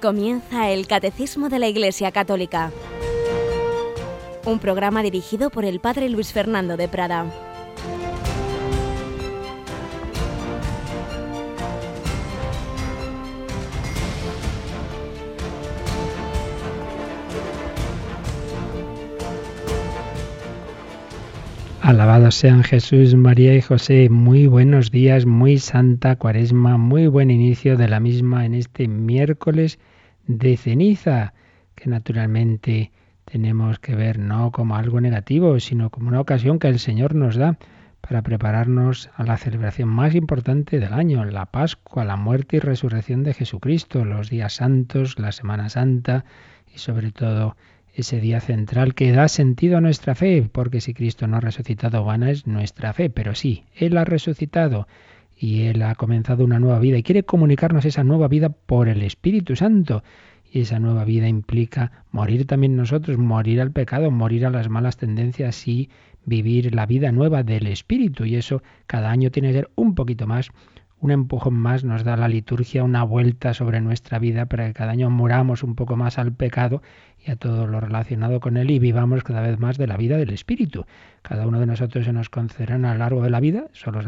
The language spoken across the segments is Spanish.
Comienza el Catecismo de la Iglesia Católica, un programa dirigido por el Padre Luis Fernando de Prada. Alabados sean Jesús, María y José. Muy buenos días, muy santa Cuaresma, muy buen inicio de la misma en este miércoles de ceniza, que naturalmente tenemos que ver no como algo negativo, sino como una ocasión que el Señor nos da para prepararnos a la celebración más importante del año, la Pascua, la muerte y resurrección de Jesucristo, los días santos, la Semana Santa y sobre todo ese día central que da sentido a nuestra fe, porque si Cristo no ha resucitado, vana es nuestra fe, pero sí, Él ha resucitado y Él ha comenzado una nueva vida y quiere comunicarnos esa nueva vida por el Espíritu Santo. Y esa nueva vida implica morir también nosotros, morir al pecado, morir a las malas tendencias y vivir la vida nueva del Espíritu. Y eso cada año tiene que ser un poquito más, un empujón más, nos da la liturgia una vuelta sobre nuestra vida para que cada año muramos un poco más al pecado y a todo lo relacionado con él y vivamos cada vez más de la vida del Espíritu. Cada uno de nosotros se nos concederán a lo largo de la vida,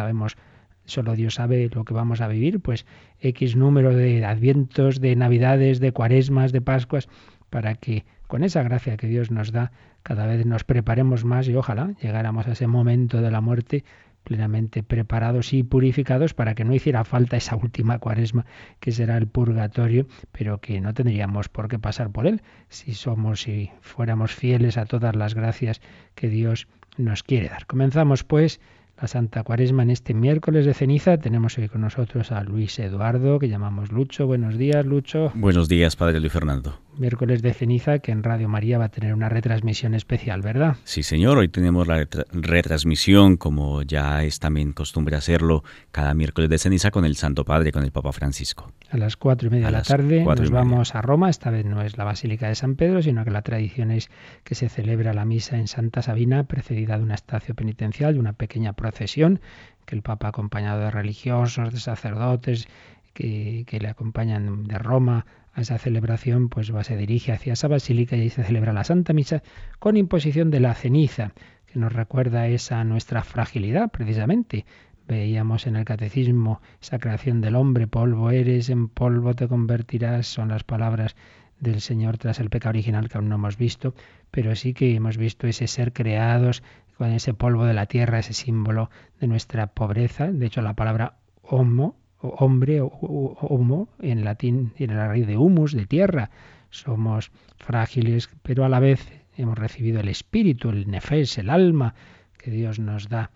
solo Dios sabe lo que vamos a vivir, pues X número de advientos, de navidades, de cuaresmas, de pascuas, para que con esa gracia que Dios nos da, cada vez nos preparemos más y ojalá llegáramos a ese momento de la muerte plenamente preparados y purificados para que no hiciera falta esa última cuaresma que será el purgatorio, pero que no tendríamos por qué pasar por él si fuéramos fieles a todas las gracias que Dios nos quiere dar. Comenzamos pues la Santa Cuaresma en este miércoles de ceniza. Tenemos hoy con nosotros a Luis Eduardo, que llamamos Lucho. Buenos días, Lucho. Buenos días, Padre Luis Fernando. Miércoles de ceniza, que en Radio María va a tener una retransmisión especial, ¿verdad? Sí, señor. Hoy tenemos la retransmisión, como ya es también costumbre hacerlo, cada miércoles de ceniza con el Santo Padre, con el Papa Francisco. A las 4:30 de la tarde nos vamos a Roma. Esta vez no es la Basílica de San Pedro, sino que la tradición es que se celebra la misa en Santa Sabina, precedida de una estacio penitencial y una pequeña procesión, que el Papa, acompañado de religiosos, de sacerdotes, que le acompañan de Roma a esa celebración, pues se dirige hacia esa basílica y ahí se celebra la Santa Misa con imposición de la ceniza, que nos recuerda esa nuestra fragilidad, precisamente. Veíamos en el Catecismo esa creación del hombre, polvo eres, en polvo te convertirás, son las palabras del Señor tras el pecado original que aún no hemos visto, pero sí que hemos visto ese ser creados con ese polvo de la tierra, ese símbolo de nuestra pobreza. De hecho, la palabra homo, hombre o homo en latín tiene la raíz de humus, de tierra. Somos frágiles, pero a la vez hemos recibido el espíritu, el nefes, el alma que Dios nos da.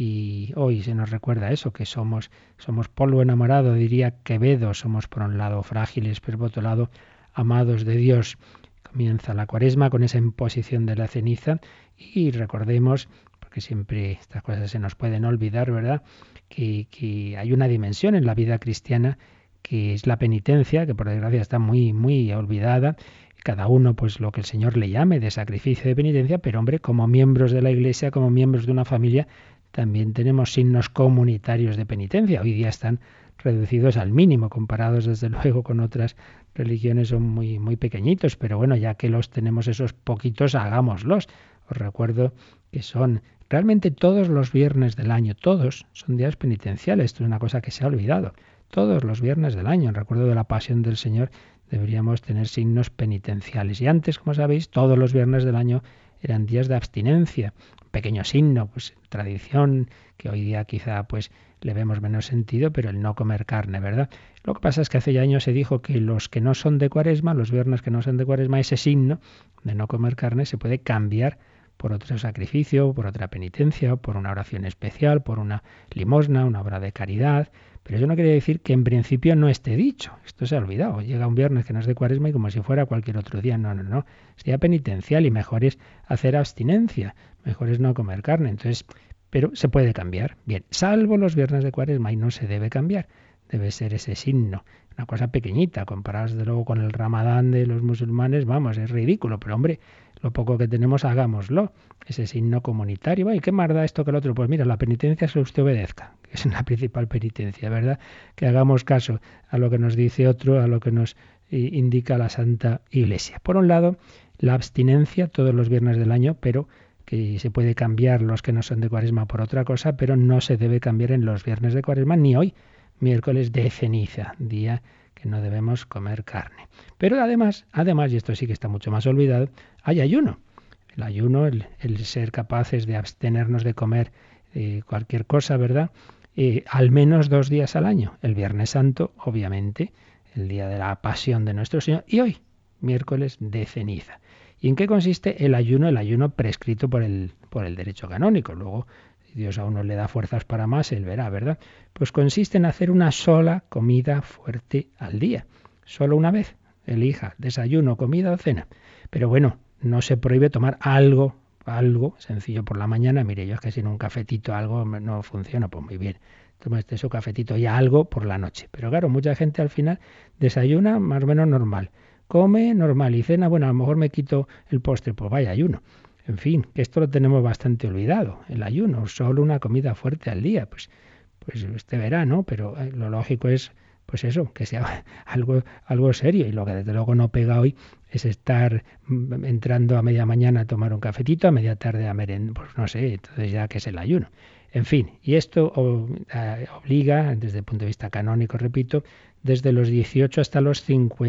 Y hoy se nos recuerda eso, que somos polvo enamorado, diría Quevedo. Somos por un lado frágiles, pero por otro lado amados de Dios. Comienza la Cuaresma con esa imposición de la ceniza y recordemos, porque siempre estas cosas se nos pueden olvidar, ¿verdad?, que hay una dimensión en la vida cristiana que es la penitencia, que por desgracia está muy, muy olvidada. Cada uno, pues lo que el Señor le llame de sacrificio de penitencia, pero hombre, como miembros de la Iglesia, como miembros de una familia, también tenemos signos comunitarios de penitencia. Hoy día están reducidos al mínimo, comparados desde luego con otras religiones, son muy, muy pequeñitos, pero bueno, ya que los tenemos esos poquitos, hagámoslos. Os recuerdo que son realmente todos los viernes del año, todos son días penitenciales. Esto es una cosa que se ha olvidado. Todos los viernes del año, en recuerdo de la Pasión del Señor, deberíamos tener signos penitenciales. Y antes, como sabéis, todos los viernes del año eran días de abstinencia. Un pequeño signo, pues tradición, que hoy día quizá pues le vemos menos sentido, pero el no comer carne, ¿verdad? Lo que pasa es que hace ya años se dijo que los que no son de Cuaresma, los viernes que no son de Cuaresma, ese signo de no comer carne se puede cambiar por otro sacrificio, por otra penitencia, por una oración especial, por una limosna, una obra de caridad. Pero eso no quiere decir que en principio no esté dicho. Esto se ha olvidado. Llega un viernes que no es de Cuaresma y como si fuera cualquier otro día. No. Es día penitencial y mejor es hacer abstinencia, mejor es no comer carne. Entonces, pero se puede cambiar. Bien, salvo los viernes de Cuaresma y no se debe cambiar. Debe ser ese signo. Una cosa pequeñita, comparado desde luego con el Ramadán de los musulmanes, vamos, es ridículo. Pero hombre, lo poco que tenemos, hagámoslo. Ese signo comunitario. ¿Y qué más da esto que el otro? Pues mira, la penitencia es que usted obedezca, que es la principal penitencia, ¿verdad? Que hagamos caso a lo que nos dice otro, a lo que nos indica la Santa Iglesia. Por un lado, la abstinencia todos los viernes del año, pero que se puede cambiar los que no son de Cuaresma por otra cosa, pero no se debe cambiar en los viernes de Cuaresma ni hoy, miércoles de ceniza, día que no debemos comer carne. Pero además, y esto sí que está mucho más olvidado, hay ayuno. El ayuno, el ser capaces de abstenernos de comer cualquier cosa, ¿verdad? Al menos 2 días al año. El Viernes Santo, obviamente, el día de la pasión de nuestro Señor, y hoy, miércoles de ceniza. ¿Y en qué consiste el ayuno? El ayuno prescrito por el derecho canónico. Luego, si Dios a uno le da fuerzas para más, él verá, ¿verdad? Pues consiste en hacer una sola comida fuerte al día. Solo una vez. Elija desayuno, comida o cena. Pero bueno, no se prohíbe tomar algo sencillo por la mañana. Mire, yo es que sin un cafetito algo no funciona, pues muy bien. Toma su cafetito y algo por la noche. Pero claro, mucha gente al final desayuna más o menos normal. Come normal y cena, bueno, a lo mejor me quito el postre, pues vaya ayuno. En fin, que esto lo tenemos bastante olvidado, el ayuno, solo una comida fuerte al día, pues usted verá, ¿no? Pero lo lógico es, pues eso, que sea algo serio. Y lo que desde luego no pega hoy es estar entrando a media mañana a tomar un cafetito, a media tarde a merendar, pues no sé, entonces ya que es el ayuno. En fin, y esto obliga, desde el punto de vista canónico, repito, desde los 18 hasta los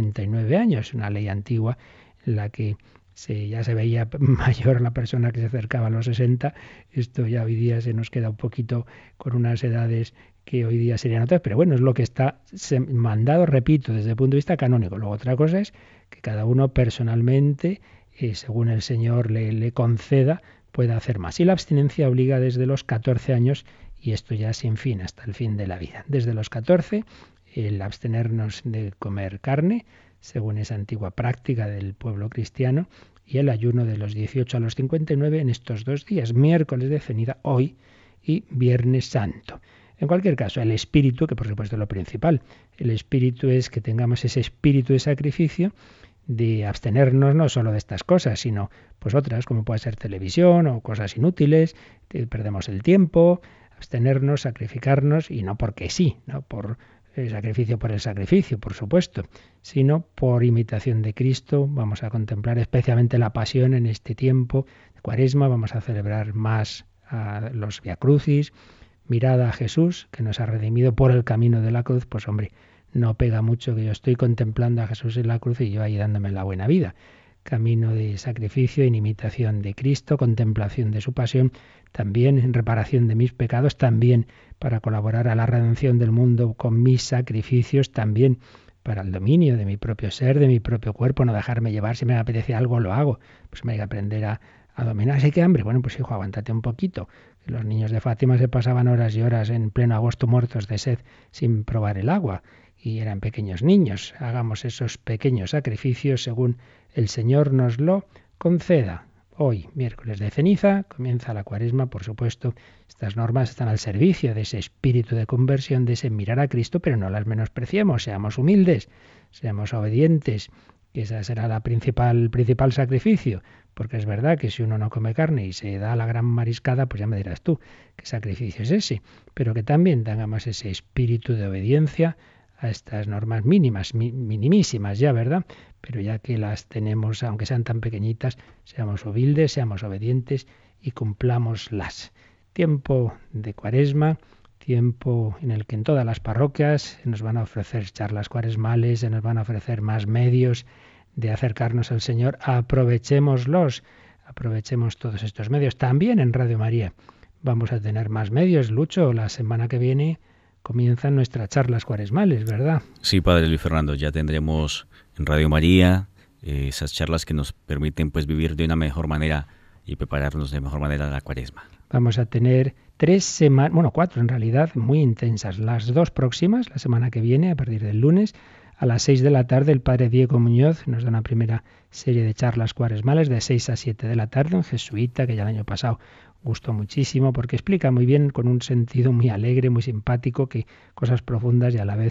59 años, una ley antigua en la que ya se veía mayor la persona que se acercaba a los 60, esto ya hoy día se nos queda un poquito con unas edades que hoy día serían otras, pero bueno, es lo que está mandado, repito, desde el punto de vista canónico. Luego otra cosa es que cada uno personalmente, según el Señor le conceda, pueda hacer más. Y la abstinencia obliga desde los 14 años, y esto ya sin fin, hasta el fin de la vida. Desde los 14, el abstenernos de comer carne, según esa antigua práctica del pueblo cristiano, y el ayuno de los 18 a los 59 en estos 2 días, miércoles de ceniza, hoy, y Viernes Santo. En cualquier caso, el espíritu, que por supuesto es lo principal, el espíritu es que tengamos ese espíritu de sacrificio, de abstenernos no solo de estas cosas, sino pues otras, como puede ser televisión o cosas inútiles, perdemos el tiempo, abstenernos, sacrificarnos, y no porque sí, no por el sacrificio por el sacrificio, por supuesto, sino por imitación de Cristo. Vamos a contemplar especialmente la pasión en este tiempo de Cuaresma, vamos a celebrar más a los Via Crucis, mirada a Jesús, que nos ha redimido por el camino de la cruz. Pues hombre, no pega mucho que yo estoy contemplando a Jesús en la cruz y yo ahí dándome la buena vida. Camino de sacrificio en imitación de Cristo, contemplación de su pasión, también en reparación de mis pecados, también para colaborar a la redención del mundo con mis sacrificios, también para el dominio de mi propio ser, de mi propio cuerpo, no dejarme llevar, si me apetece algo lo hago, pues me hay que aprender a dominar. ¿Hay que hambre? Bueno, pues hijo, aguántate un poquito. Los niños de Fátima se pasaban horas y horas en pleno agosto muertos de sed sin probar el agua, y eran pequeños niños. Hagamos esos pequeños sacrificios según el Señor nos lo conceda. Hoy, miércoles de ceniza, comienza la Cuaresma, por supuesto. Estas normas están al servicio de ese espíritu de conversión, de ese mirar a Cristo, pero no las menospreciemos, seamos humildes, seamos obedientes, que esa será el principal sacrificio, porque es verdad que si uno no come carne y se da la gran mariscada, pues ya me dirás tú, ¿qué sacrificio es ese? Pero que también tengamos ese espíritu de obediencia a estas normas mínimas, minimísimas ya, ¿verdad? Pero ya que las tenemos, aunque sean tan pequeñitas, seamos humildes, seamos obedientes y cumplámoslas. Tiempo de Cuaresma, tiempo en el que en todas las parroquias se nos van a ofrecer charlas cuaresmales, se nos van a ofrecer más medios de acercarnos al Señor. Aprovechémoslos, aprovechemos todos estos medios. También en Radio María vamos a tener más medios. Lucho, la semana que viene comienzan nuestras charlas cuaresmales, ¿verdad? Sí, Padre Luis Fernando, ya tendremos en Radio María esas charlas que nos permiten pues vivir de una mejor manera y prepararnos de mejor manera a la Cuaresma. Vamos a tener 3 semanas, 4 en realidad, muy intensas. Las 2 próximas, la semana que viene, a partir del lunes, a las 6 de la tarde, el Padre Diego Muñoz nos da una primera serie de charlas cuaresmales de 6 a 7 de la tarde, un jesuita que ya el año pasado gustó muchísimo porque explica muy bien, con un sentido muy alegre, muy simpático, que cosas profundas y a la vez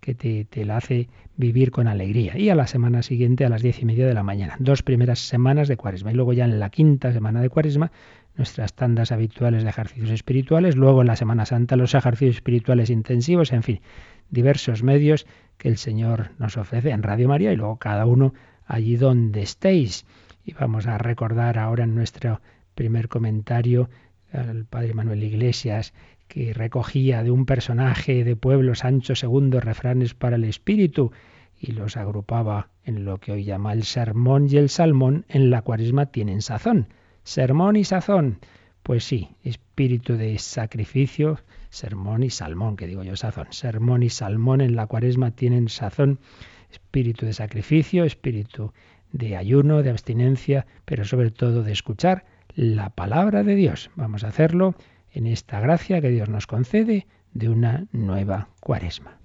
que te la hace vivir con alegría. Y a la semana siguiente a las 10:30 de la mañana. 2 primeras semanas de Cuaresma. Y luego ya en la 5ª semana de Cuaresma, nuestras tandas habituales de ejercicios espirituales. Luego en la Semana Santa los ejercicios espirituales intensivos. En fin, diversos medios que el Señor nos ofrece en Radio María y luego cada uno allí donde estéis. Y vamos a recordar ahora en nuestro primer comentario al Padre Manuel Iglesias, que recogía de un personaje de Pueblo Sancho II refranes para el espíritu y los agrupaba en lo que hoy llama el sermón y el salmón. En la Cuaresma tienen sazón. Sermón y sazón. Pues sí, espíritu de sacrificio, sermón y salmón, que digo yo sazón. Sermón y salmón en la Cuaresma tienen sazón, espíritu de sacrificio, espíritu de ayuno, de abstinencia, pero sobre todo de escuchar la palabra de Dios. Vamos a hacerlo en esta gracia que Dios nos concede de una nueva Cuaresma.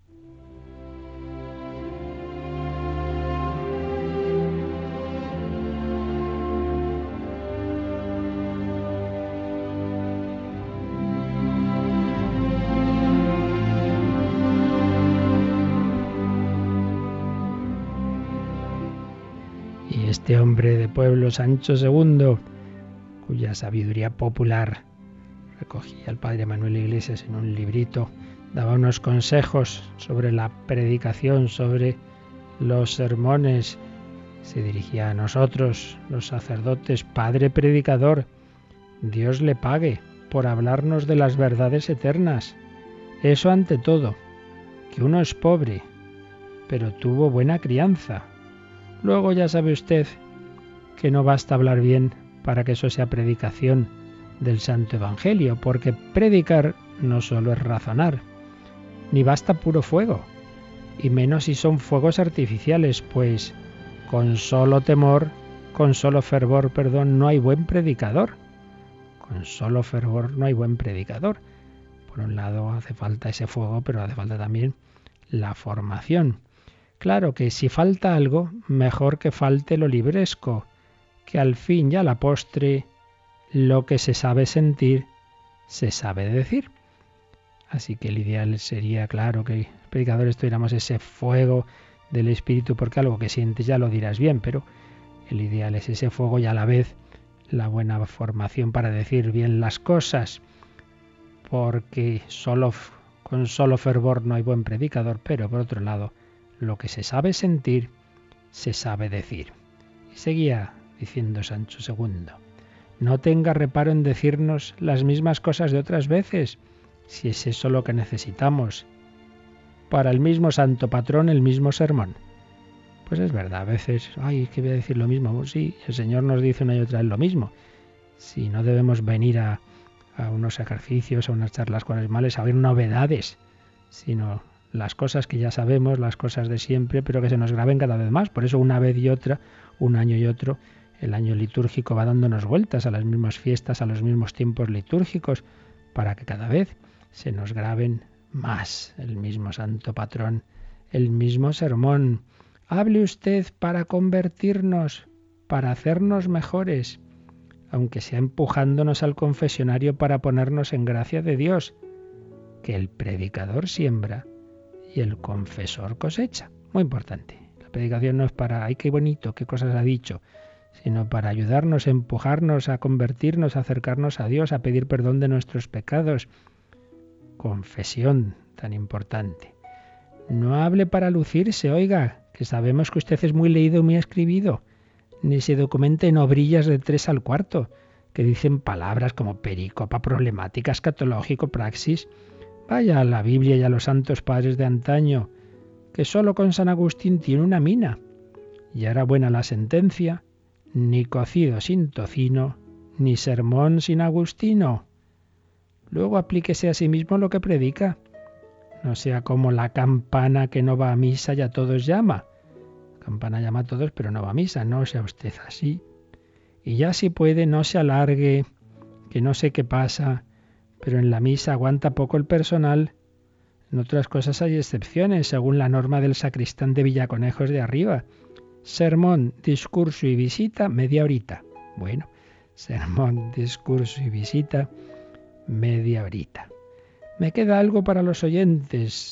Y este hombre de pueblo, Sancho II, cuya sabiduría popular recogía el Padre Manuel Iglesias en un librito, daba unos consejos sobre la predicación, sobre los sermones. Se dirigía a nosotros, los sacerdotes: Padre predicador, Dios le pague por hablarnos de las verdades eternas. Eso ante todo, que uno es pobre, pero tuvo buena crianza. Luego ya sabe usted que no basta hablar bien para que eso sea predicación del Santo Evangelio, porque predicar no solo es razonar, ni basta puro fuego, y menos si son fuegos artificiales, pues con solo fervor, no hay buen predicador. Con solo fervor no hay buen predicador. Por un lado hace falta ese fuego, pero hace falta también la formación. Claro que si falta algo, mejor que falte lo libresco, que al fin y a la postre lo que se sabe sentir, se sabe decir. Así que el ideal sería, claro, que los predicadores tuviéramos ese fuego del Espíritu, porque algo que sientes ya lo dirás bien, pero el ideal es ese fuego y a la vez la buena formación para decir bien las cosas, porque con solo fervor no hay buen predicador, pero por otro lado, lo que se sabe sentir, se sabe decir. Y seguía diciendo Sancho II: no tenga reparo en decirnos las mismas cosas de otras veces, si es eso lo que necesitamos. Para el mismo santo patrón, el mismo sermón. Pues es verdad, a veces, es que voy a decir lo mismo. Pues sí, el Señor nos dice una y otra vez lo mismo. Si no debemos venir a unos ejercicios, a unas charlas cuaresmales, a ver novedades, sino las cosas que ya sabemos, las cosas de siempre, pero que se nos graben cada vez más. Por eso una vez y otra, un año y otro, el año litúrgico va dándonos vueltas a las mismas fiestas, a los mismos tiempos litúrgicos, para que cada vez se nos graben más el mismo santo patrón, el mismo sermón. Hable usted para convertirnos, para hacernos mejores, aunque sea empujándonos al confesionario para ponernos en gracia de Dios, que el predicador siembra y el confesor cosecha. Muy importante. La predicación no es para, ¡ay, qué bonito, qué cosas ha dicho!, sino para ayudarnos, empujarnos a convertirnos, a acercarnos a Dios, a pedir perdón de nuestros pecados. Confesión, tan importante. No hable para lucirse, oiga, que sabemos que usted es muy leído y muy escribido. Ni se documente en obrillas de 3 al 4, que dicen palabras como perícopa, problemática, escatológico, praxis. Vaya a la Biblia y a los santos padres de antaño, que solo con San Agustín tiene una mina. Y era buena la sentencia: ni cocido sin tocino, ni sermón sin Agustino. Luego aplíquese a sí mismo lo que predica. No sea como la campana que no va a misa y a todos llama. La campana llama a todos, pero no va a misa. No sea usted así. Y ya si puede, no se alargue, que no sé qué pasa, pero en la misa aguanta poco el personal. En otras cosas hay excepciones, según la norma del sacristán de Villaconejos de arriba. Sermón, discurso y visita, media horita. Bueno, sermón, discurso y visita, media horita. Me queda algo para los oyentes,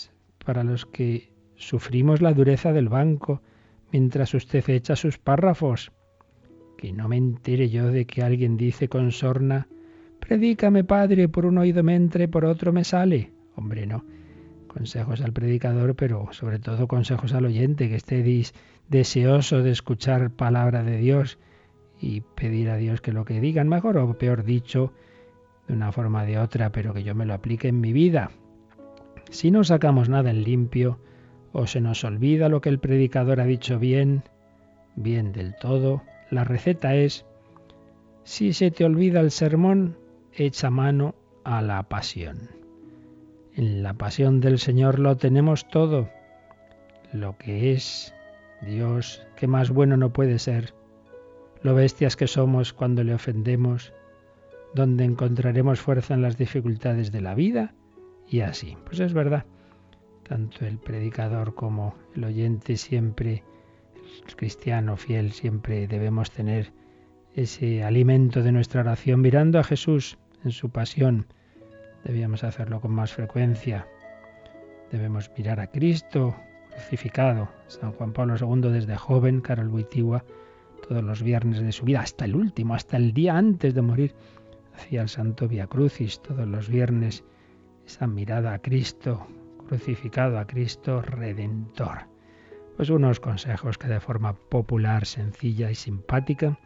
para los que sufrimos la dureza del banco mientras usted echa sus párrafos. Que no me entere yo de que alguien dice con sorna: «Predícame, padre, por un oído me entra y por otro me sale». Hombre, no. Consejos al predicador, pero sobre todo consejos al oyente, que esté deseoso de escuchar palabra de Dios y pedir a Dios que lo que digan, mejor o peor dicho, de una forma o de otra, pero que yo me lo aplique en mi vida. Si no sacamos nada en limpio, o se nos olvida lo que el predicador ha dicho bien del todo, la receta es: si se te olvida el sermón, echa mano a la pasión. En la pasión del Señor lo tenemos todo. Lo que es Dios, que más bueno no puede ser. Lo bestias que somos cuando le ofendemos, donde encontraremos fuerza en las dificultades de la vida, y así. Pues es verdad, tanto el predicador como el oyente siempre, el cristiano fiel, siempre debemos tener ese alimento de nuestra oración mirando a Jesús en su pasión. Debíamos hacerlo con más frecuencia. Debemos mirar a Cristo crucificado. San Juan Pablo II, desde joven, Karol Wojtyła, todos los viernes de su vida, hasta el último, hasta el día antes de morir, hacía el Santo Vía Crucis todos los viernes, esa mirada a Cristo crucificado, a Cristo Redentor. Pues unos consejos que de forma popular, sencilla y simpática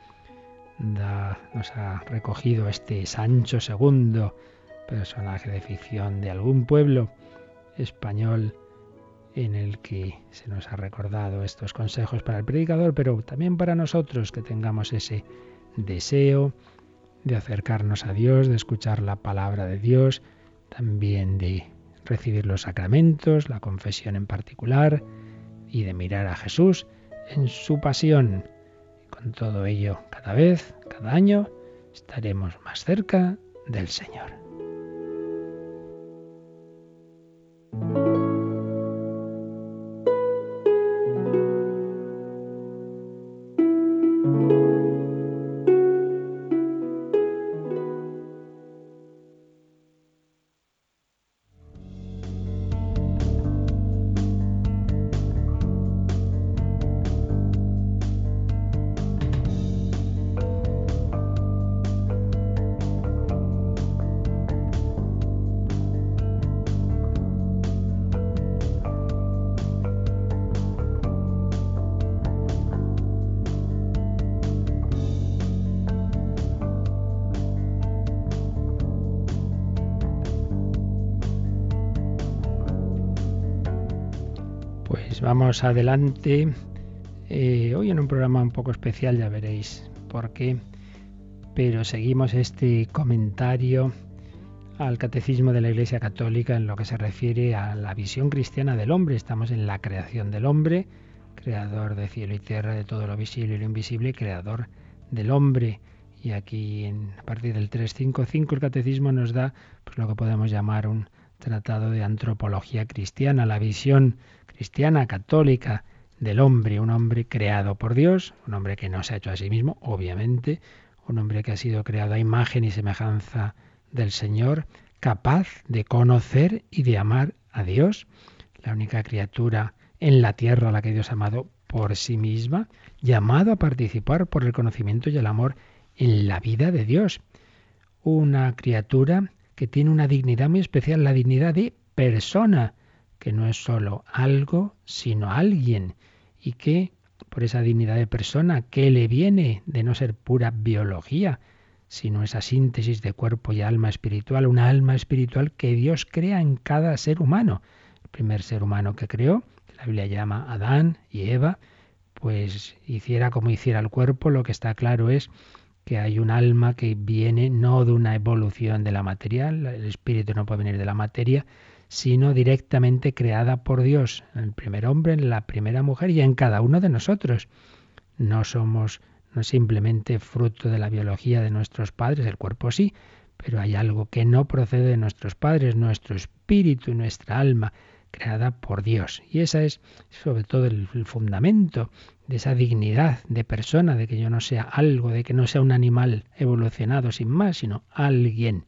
nos ha recogido este Sancho II, personaje de ficción de algún pueblo español, en el que se nos ha recordado estos consejos para el predicador, pero también para nosotros, que tengamos ese deseo de acercarnos a Dios, de escuchar la palabra de Dios, también de recibir los sacramentos, la confesión en particular, y de mirar a Jesús en su pasión. Y con todo ello, cada vez, cada año, estaremos más cerca del Señor. Vamos adelante, hoy en un programa un poco especial, ya veréis por qué, pero seguimos este comentario al Catecismo de la Iglesia Católica en lo que se refiere a la visión cristiana del hombre. Estamos en la creación del hombre, creador de cielo y tierra, de todo lo visible y lo invisible, creador del hombre. Y aquí, a partir del 355, el Catecismo nos da pues lo que podemos llamar un tratado de antropología cristiana, la visión cristiana católica del hombre, un hombre creado por Dios, un hombre que no se ha hecho a sí mismo, obviamente, un hombre que ha sido creado a imagen y semejanza del Señor, capaz de conocer y de amar a Dios, la única criatura en la tierra a la que Dios ha amado por sí misma, llamado a participar por el conocimiento y el amor en la vida de Dios. Una criatura que tiene una dignidad muy especial, la dignidad de persona, que no es solo algo, sino alguien, y que, por esa dignidad de persona, que le viene de no ser pura biología, sino esa síntesis de cuerpo y alma espiritual, una alma espiritual que Dios crea en cada ser humano. El primer ser humano que creó, la Biblia llama Adán y Eva, pues hiciera como hiciera el cuerpo, lo que está claro es que hay un alma que viene no de una evolución de la materia, el espíritu no puede venir de la materia, sino directamente creada por Dios, en el primer hombre, en la primera mujer y en cada uno de nosotros. No somos simplemente fruto de la biología de nuestros padres, el cuerpo sí, pero hay algo que no procede de nuestros padres, nuestro espíritu y nuestra alma, creada por Dios. Y esa es sobre todo el fundamento de esa dignidad de persona, de que yo no sea algo, de que no sea un animal evolucionado sin más, sino alguien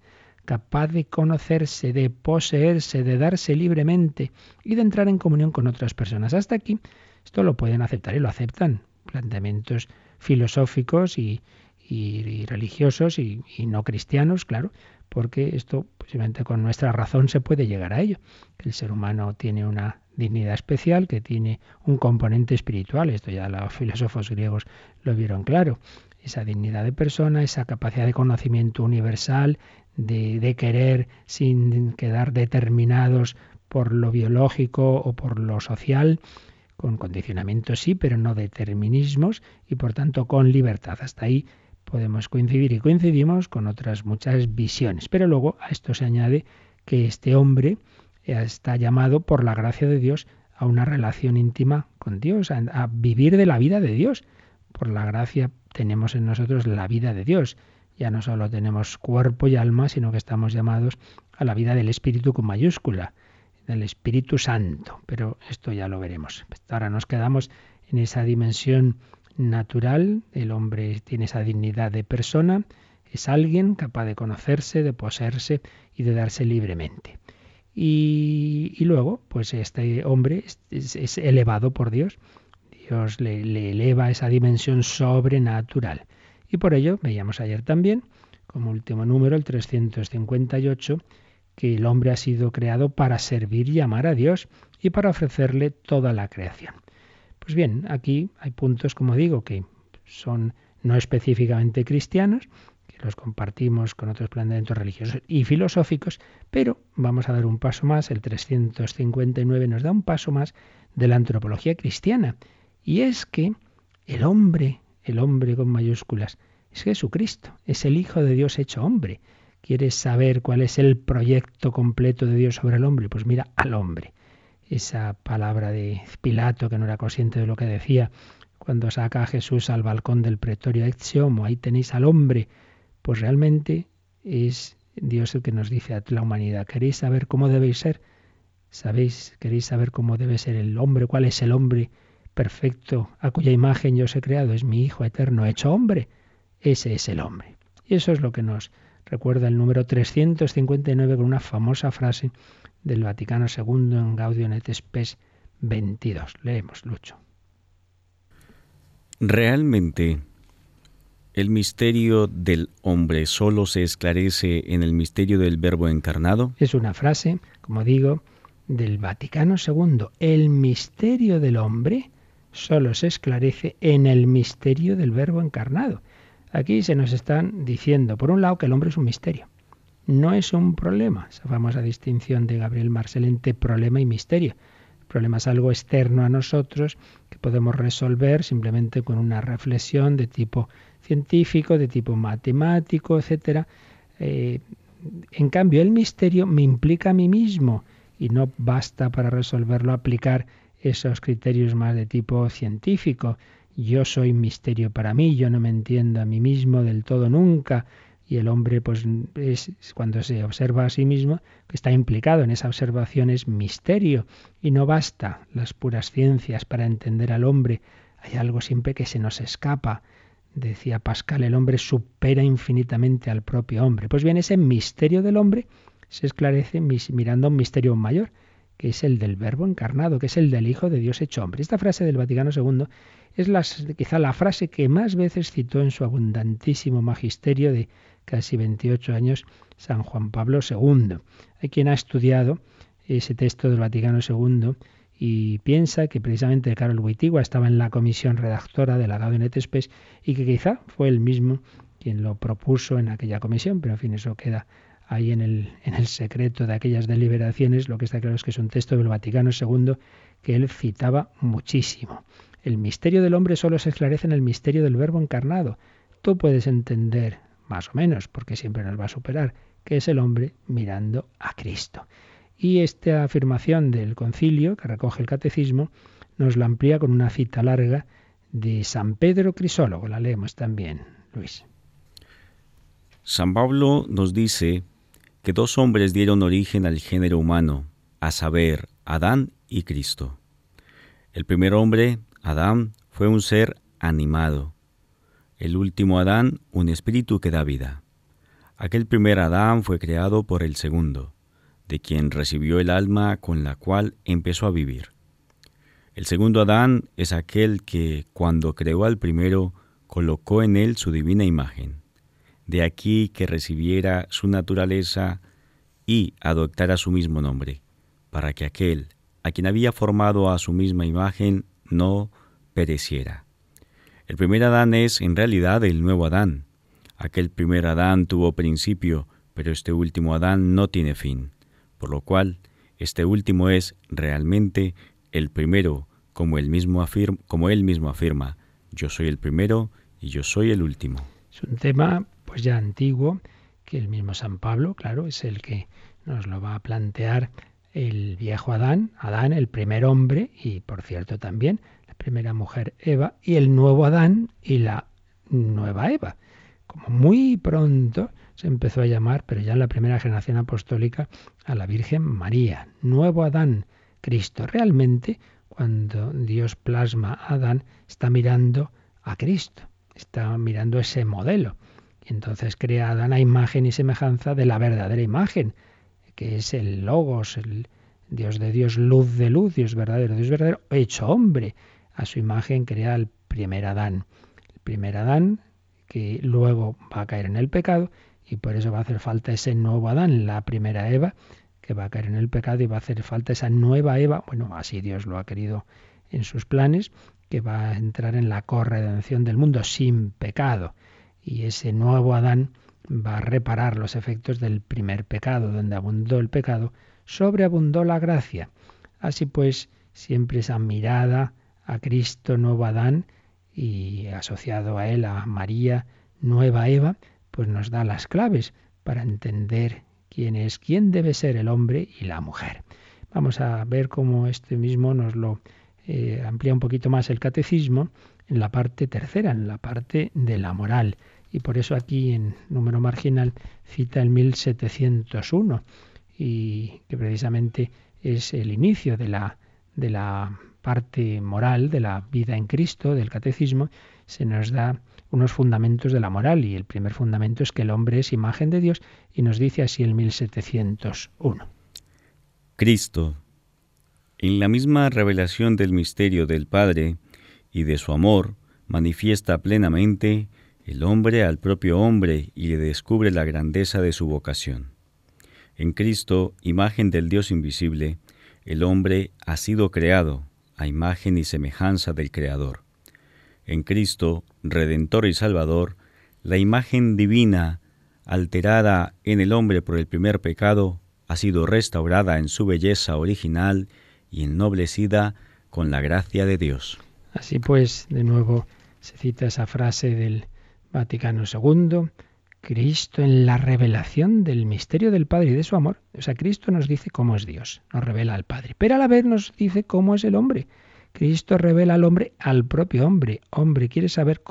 capaz de conocerse, de poseerse, de darse libremente y de entrar en comunión con otras personas. Hasta aquí esto lo pueden aceptar y lo aceptan planteamientos filosóficos y religiosos y no cristianos, claro, porque esto posiblemente con nuestra razón se puede llegar a ello, que el ser humano tiene una dignidad especial, que tiene un componente espiritual, esto ya los filósofos griegos lo vieron claro, esa dignidad de persona, esa capacidad de conocimiento universal, de querer sin quedar determinados por lo biológico o por lo social, con condicionamientos sí, pero no determinismos, y por tanto con libertad. Hasta ahí podemos coincidir y coincidimos con otras muchas visiones. Pero luego a esto se añade que este hombre está llamado por la gracia de Dios a una relación íntima con Dios, a vivir de la vida de Dios. Por la gracia tenemos en nosotros la vida de Dios. Ya no solo tenemos cuerpo y alma, sino que estamos llamados a la vida del Espíritu con mayúscula, del Espíritu Santo. Pero esto ya lo veremos. Ahora nos quedamos en esa dimensión natural. El hombre tiene esa dignidad de persona, es alguien capaz de conocerse, de poseerse y de darse libremente. Y luego, pues este hombre es elevado por Dios. Dios le eleva a esa dimensión sobrenatural. Y por ello, veíamos ayer también, como último número, el 358, que el hombre ha sido creado para servir y amar a Dios y para ofrecerle toda la creación. Pues bien, aquí hay puntos, como digo, que son no específicamente cristianos, que los compartimos con otros planteamientos religiosos y filosóficos, pero vamos a dar un paso más. El 359 nos da un paso más de la antropología cristiana, y es que el hombre con mayúsculas, es Jesucristo, es el Hijo de Dios hecho hombre. ¿Quieres saber cuál es el proyecto completo de Dios sobre el hombre? Pues mira al hombre. Esa palabra de Pilato, que no era consciente de lo que decía, cuando saca a Jesús al balcón del pretorio, ex homo, ahí tenéis al hombre, pues realmente es Dios el que nos dice a la humanidad: ¿queréis saber cómo debéis ser? ¿Queréis saber cómo debe ser el hombre? ¿Cuál es el hombre perfecto a cuya imagen yo os he creado? Es mi Hijo eterno hecho hombre. Ese es el hombre. Y eso es lo que nos recuerda el número 359 con una famosa frase del Vaticano II en Gaudium et Spes 22. Leemos, Lucho. Realmente, el misterio del hombre solo se esclarece en el misterio del Verbo encarnado. Es una frase, como digo, del Vaticano II. El misterio del hombre solo se esclarece en el misterio del Verbo encarnado. Aquí se nos están diciendo, por un lado, que el hombre es un misterio. No es un problema, esa famosa distinción de Gabriel Marcel entre problema y misterio. El problema es algo externo a nosotros que podemos resolver simplemente con una reflexión de tipo científico, de tipo matemático, etc. En cambio, el misterio me implica a mí mismo y no basta para resolverlo aplicar esos criterios más de tipo científico. Yo soy misterio para mí, yo no me entiendo a mí mismo del todo nunca. Y el hombre, pues, es cuando se observa a sí mismo, que está implicado en esa observación, es misterio. Y no basta las puras ciencias para entender al hombre. Hay algo siempre que se nos escapa. Decía Pascal, el hombre supera infinitamente al propio hombre. Pues bien, ese misterio del hombre se esclarece mirando a un misterio mayor, que es el del Verbo encarnado, que es el del Hijo de Dios hecho hombre. Esta frase del Vaticano II es quizá la frase que más veces citó en su abundantísimo magisterio de casi 28 años San Juan Pablo II. Hay quien ha estudiado ese texto del Vaticano II y piensa que precisamente Karol Wojtyła estaba en la comisión redactora de la Gaudium et Spes y que quizá fue él mismo quien lo propuso en aquella comisión, pero en fin, eso queda ahí en el secreto de aquellas deliberaciones. Lo que está claro es que es un texto del Vaticano II que él citaba muchísimo. El misterio del hombre solo se esclarece en el misterio del Verbo encarnado. Tú puedes entender, más o menos, porque siempre nos va a superar, que es el hombre mirando a Cristo. Y esta afirmación del concilio, que recoge el catecismo, nos la amplía con una cita larga de San Pedro Crisólogo. La leemos también, Luis. San Pablo nos dice que dos hombres dieron origen al género humano, a saber, Adán y Cristo. El primer hombre, Adán, fue un ser animado. El último Adán, un espíritu que da vida. Aquel primer Adán fue creado por el segundo, de quien recibió el alma con la cual empezó a vivir. El segundo Adán es aquel que, cuando creó al primero, colocó en él su divina imagen. De aquí que recibiera su naturaleza y adoptara su mismo nombre, para que aquel, a quien había formado a su misma imagen, no pereciera. El primer Adán es, en realidad, el nuevo Adán. Aquel primer Adán tuvo principio, pero este último Adán no tiene fin, por lo cual este último es realmente el primero, como él mismo afirma, yo soy el primero y yo soy el último. Es un tema pues ya antiguo, que el mismo San Pablo, claro, es el que nos lo va a plantear. El viejo Adán, el primer hombre, y por cierto también la primera mujer Eva, y el nuevo Adán y la nueva Eva. Como muy pronto se empezó a llamar, pero ya en la primera generación apostólica, a la Virgen María. Nuevo Adán, Cristo. Realmente, cuando Dios plasma a Adán, está mirando a Cristo, está mirando ese modelo. Y entonces crea a Adán a imagen y semejanza de la verdadera imagen, que es el Logos, el Dios de Dios, luz de luz, Dios verdadero, hecho hombre. A su imagen crea el primer Adán. El primer Adán que luego va a caer en el pecado, y por eso va a hacer falta ese nuevo Adán, la primera Eva, que va a caer en el pecado, y va a hacer falta esa nueva Eva, bueno, así Dios lo ha querido en sus planes, que va a entrar en la corredención del mundo sin pecado. Y ese nuevo Adán va a reparar los efectos del primer pecado. Donde abundó el pecado, sobreabundó la gracia. Así pues, siempre esa mirada a Cristo, nuevo Adán, y asociado a él, a María, nueva Eva, pues nos da las claves para entender quién debe ser el hombre y la mujer. Vamos a ver cómo este mismo nos lo amplía un poquito más el catecismo en la parte tercera, en la parte de la moral. Y por eso aquí en número marginal cita el 1701, y que precisamente es el inicio de la parte moral de la vida en Cristo, del catecismo. Se nos da unos fundamentos de la moral, y el primer fundamento es que el hombre es imagen de Dios, y nos dice así el 1701. Cristo, en la misma revelación del misterio del Padre y de su amor, manifiesta plenamente el hombre al propio hombre y le descubre la grandeza de su vocación. En Cristo, imagen del Dios invisible, el hombre ha sido creado a imagen y semejanza del Creador. En Cristo, Redentor y Salvador, la imagen divina, alterada en el hombre por el primer pecado, ha sido restaurada en su belleza original y ennoblecida con la gracia de Dios. Así pues, de nuevo se cita esa frase del Vaticano II, Cristo en la revelación del misterio del Padre y de su amor. O sea, Cristo nos dice cómo es Dios, nos revela al Padre, pero a la vez nos dice cómo es el hombre. Cristo revela al hombre al propio hombre. Hombre, ¿quieres saber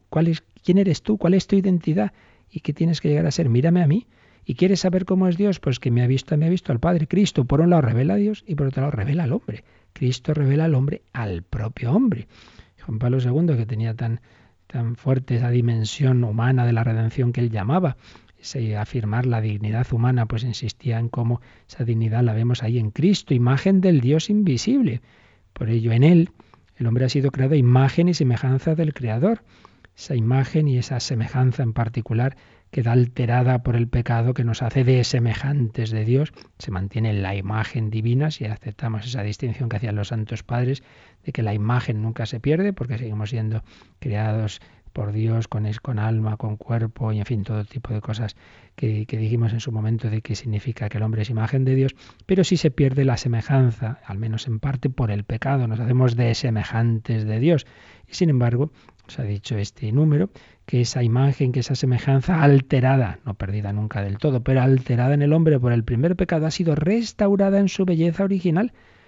quién eres tú? ¿Cuál es tu identidad? ¿Y qué tienes que llegar a ser? Mírame a mí. ¿Y quieres saber cómo es Dios? Pues que me ha visto al Padre. Cristo, por un lado, revela a Dios, y por otro lado, revela al hombre. Cristo revela al hombre al propio hombre. Juan Pablo II, que tenía tan fuerte esa dimensión humana de la redención que él llamaba, ese afirmar la dignidad humana, pues insistía en cómo esa dignidad la vemos ahí en Cristo, imagen del Dios invisible. Por ello, en él, el hombre ha sido creado a imagen y semejanza del Creador. Esa imagen y esa semejanza en particular queda alterada por el pecado, que nos hace de semejantes de Dios. Se mantiene en la imagen divina, si aceptamos esa distinción que hacían los santos padres, de que la imagen nunca se pierde, porque seguimos siendo creados por Dios con alma, con cuerpo, y en fin, todo tipo de cosas que dijimos en su momento de qué significa que el hombre es imagen de Dios, pero sí se pierde la semejanza, al menos en parte por el pecado, nos hacemos de semejantes de Dios. Y sin embargo, os ha dicho este número que esa imagen, que esa semejanza alterada, no perdida nunca del todo, pero alterada en el hombre por el primer pecado, ha sido restaurada en su belleza original.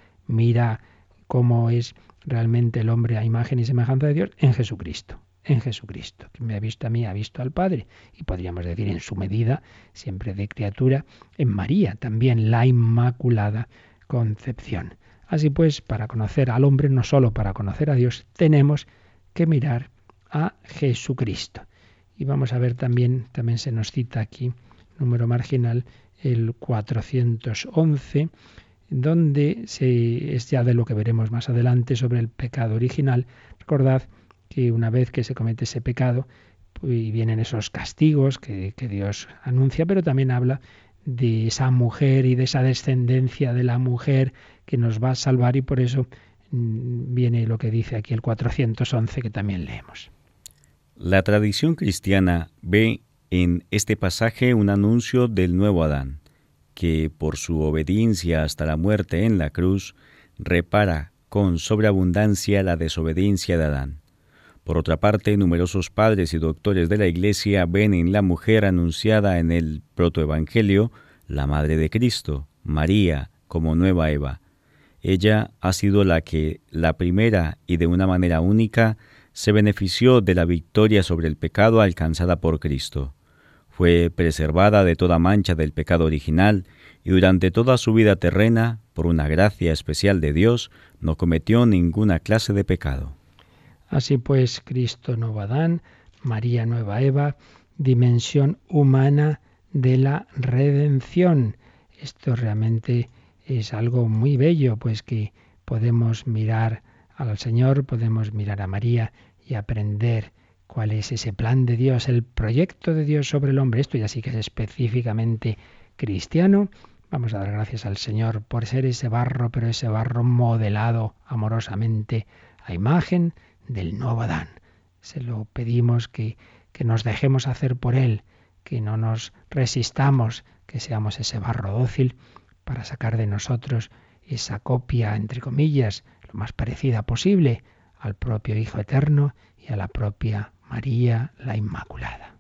Mira cómo es realmente el hombre a imagen y semejanza de Dios en Jesucristo. En Jesucristo. Quien me ha visto a mí ha visto al Padre. Y podríamos decir en su medida, siempre de criatura, en María, también la Inmaculada Concepción. Así pues, para conocer al hombre, no solo para conocer a Dios, tenemos que mirar a Jesucristo. Y vamos a ver también se nos cita aquí, número marginal, el 411, donde es ya de lo que veremos más adelante sobre el pecado original. Recordad que una vez que se comete ese pecado, y vienen esos castigos que Dios anuncia, pero también habla de esa mujer y de esa descendencia de la mujer que nos va a salvar, y por eso viene lo que dice aquí el 411 que también leemos. La tradición cristiana ve en este pasaje un anuncio del nuevo Adán, que por su obediencia hasta la muerte en la cruz repara con sobreabundancia la desobediencia de Adán. Por otra parte, numerosos padres y doctores de la Iglesia ven en la mujer anunciada en el protoevangelio la madre de Cristo, María, como nueva Eva. Ella ha sido la que, la primera y de una manera única, se benefició de la victoria sobre el pecado alcanzada por Cristo. Fue preservada de toda mancha del pecado original y durante toda su vida terrena, por una gracia especial de Dios, no cometió ninguna clase de pecado. Así pues, Cristo nuevo Adán, María nueva Eva, dimensión humana de la redención. Esto realmente es algo muy bello, pues que podemos mirar al Señor, podemos mirar a María y aprender cuál es ese plan de Dios, el proyecto de Dios sobre el hombre. Esto ya sí que es específicamente cristiano. Vamos a dar gracias al Señor por ser ese barro, pero ese barro modelado amorosamente a imagen del nuevo Adán. Se lo pedimos que nos dejemos hacer por Él, que no nos resistamos, que seamos ese barro dócil para sacar de nosotros esa copia, entre comillas, lo más parecida posible al propio Hijo Eterno y a la propia María la Inmaculada.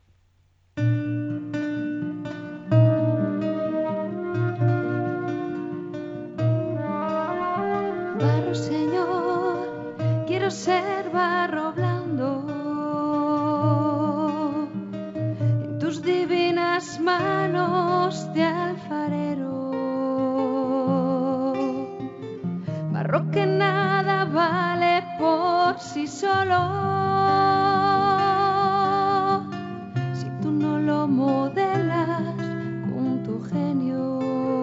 Barro, Señor, quiero ser barro blando en tus divinas manos de alfarero. Barro que nada vale por sí solo si tú no lo modelas con tu genio.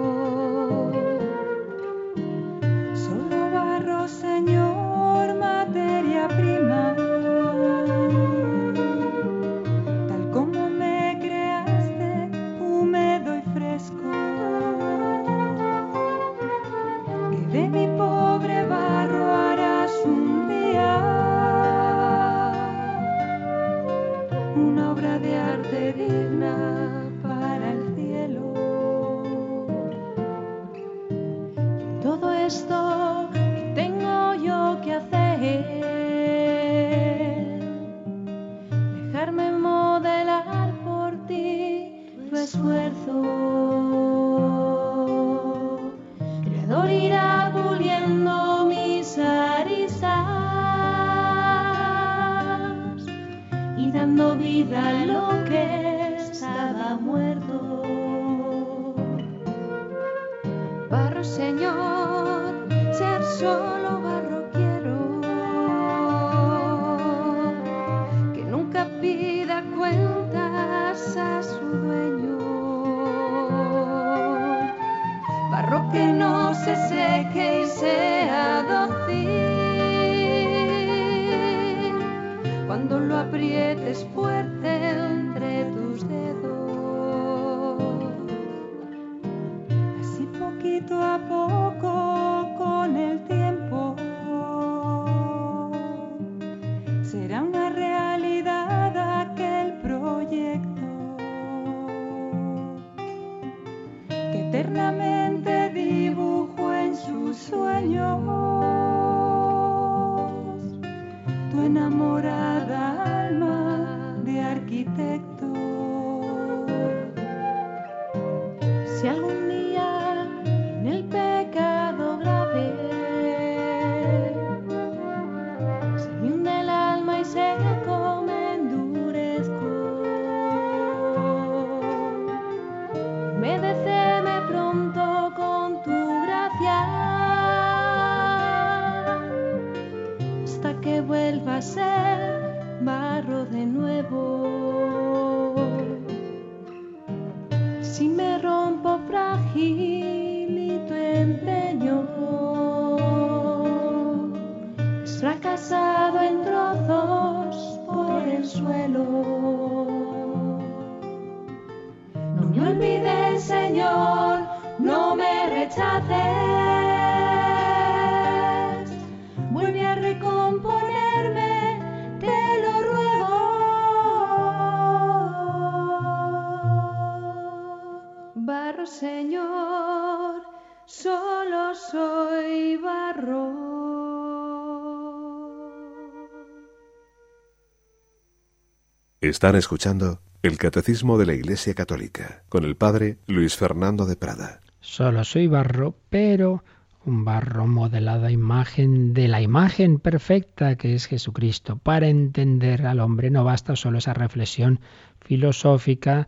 Solo barro, Señor, materia prima, tal como me creaste, húmedo y fresco. Que de mi pobre barro harás un día una obra de arte digna para el cielo. Todo esto que tengo yo que hacer, dejarme modelar por ti tu esfuerzo. Creador irá puliendo mis aristas y dando vida a lo que estaba muerto. Barro, Señor, ser solo barro quiero, que nunca pida cuentas a su dueño. Barro que no se seque y sea dócil cuando lo aprietes fuerte entre tus dedos. Así poquito a poco con el tiempo será una realidad aquel proyecto que eternamente dibujó en sus sueños tu enamorada alma de arquitecto. Si algún día en el pecado grave se me hunde el alma y seco me endurezco, humedéceme pronto con tu gracia hasta que vuelva a ser barro de nuevo. me olvides, Señor, no me rechaces. Vuelve a recomponerme, te lo ruego. Barro, Señor, solo soy barro. Están escuchando el Catecismo de la Iglesia Católica con el Padre Luis Fernando de Prada. Solo soy barro, pero un barro modelado a imagen de la imagen perfecta que es Jesucristo. Para entender al hombre no basta solo esa reflexión filosófica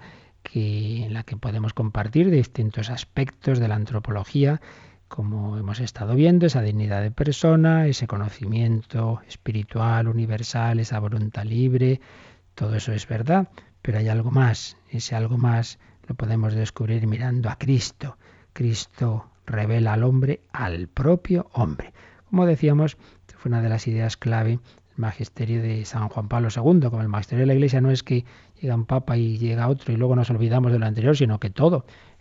en la que podemos compartir distintos aspectos de la antropología, como hemos estado viendo, esa dignidad de persona, ese conocimiento espiritual, universal, esa voluntad libre. Todo eso es verdad, pero hay algo más. Ese algo más lo podemos descubrir mirando a Cristo. Cristo revela al hombre, al propio hombre. Como decíamos, fue una de las ideas clave del magisterio de San Juan Pablo II. Como el magisterio de la Iglesia no es que llega un papa y llega otro y luego nos olvidamos de lo anterior, sino que todo,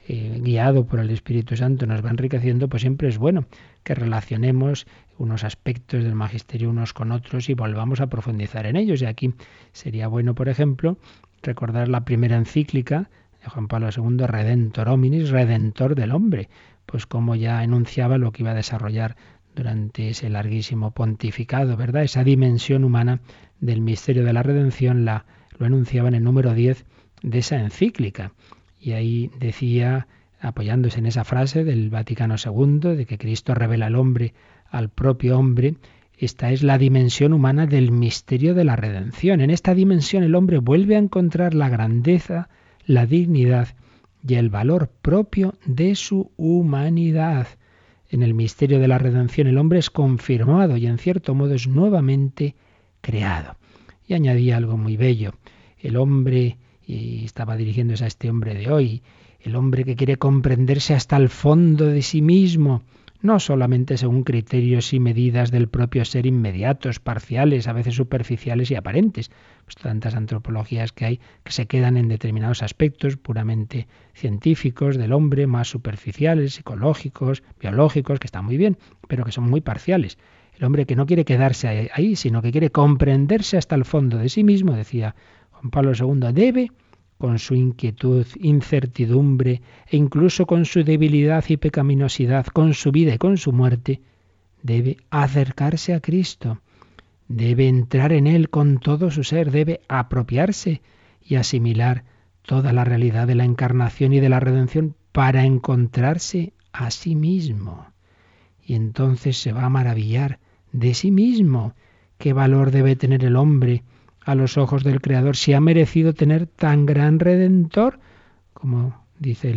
guiado por el Espíritu Santo, nos va enriqueciendo, pues siempre es bueno que relacionemos unos aspectos del magisterio unos con otros y volvamos a profundizar en ellos. Y aquí sería bueno, por ejemplo, recordar la primera encíclica de Juan Pablo II, Redentor Hominis, Redentor del hombre, pues como ya enunciaba lo que iba a desarrollar durante ese larguísimo pontificado, ¿verdad? Esa dimensión humana del misterio de la redención lo enunciaba en el número 10 de esa encíclica. Y ahí decía, apoyándose en esa frase del Vaticano II, de que Cristo revela al hombre, al propio hombre, esta es la dimensión humana del misterio de la redención. En esta dimensión el hombre vuelve a encontrar la grandeza, la dignidad y el valor propio de su humanidad. En el misterio de la redención el hombre es confirmado y en cierto modo es nuevamente creado. Y añadía algo muy bello. El hombre, y estaba dirigiéndose a este hombre de hoy, el hombre que quiere comprenderse hasta el fondo de sí mismo, no solamente según criterios y medidas del propio ser inmediatos, parciales, a veces superficiales y aparentes. Pues tantas antropologías que hay que se quedan en determinados aspectos puramente científicos del hombre, más superficiales, psicológicos, biológicos, que están muy bien, pero que son muy parciales. El hombre que no quiere quedarse ahí, sino que quiere comprenderse hasta el fondo de sí mismo, decía Juan Pablo II, debe, con su inquietud, incertidumbre e incluso con su debilidad y pecaminosidad, con su vida y con su muerte, debe acercarse a Cristo, debe entrar en Él con todo su ser, debe apropiarse y asimilar toda la realidad de la encarnación y de la redención para encontrarse a sí mismo. Y entonces se va a maravillar de sí mismo. ¿Qué valor debe tener el hombre a los ojos del Creador si ha merecido tener tan gran Redentor? Como dice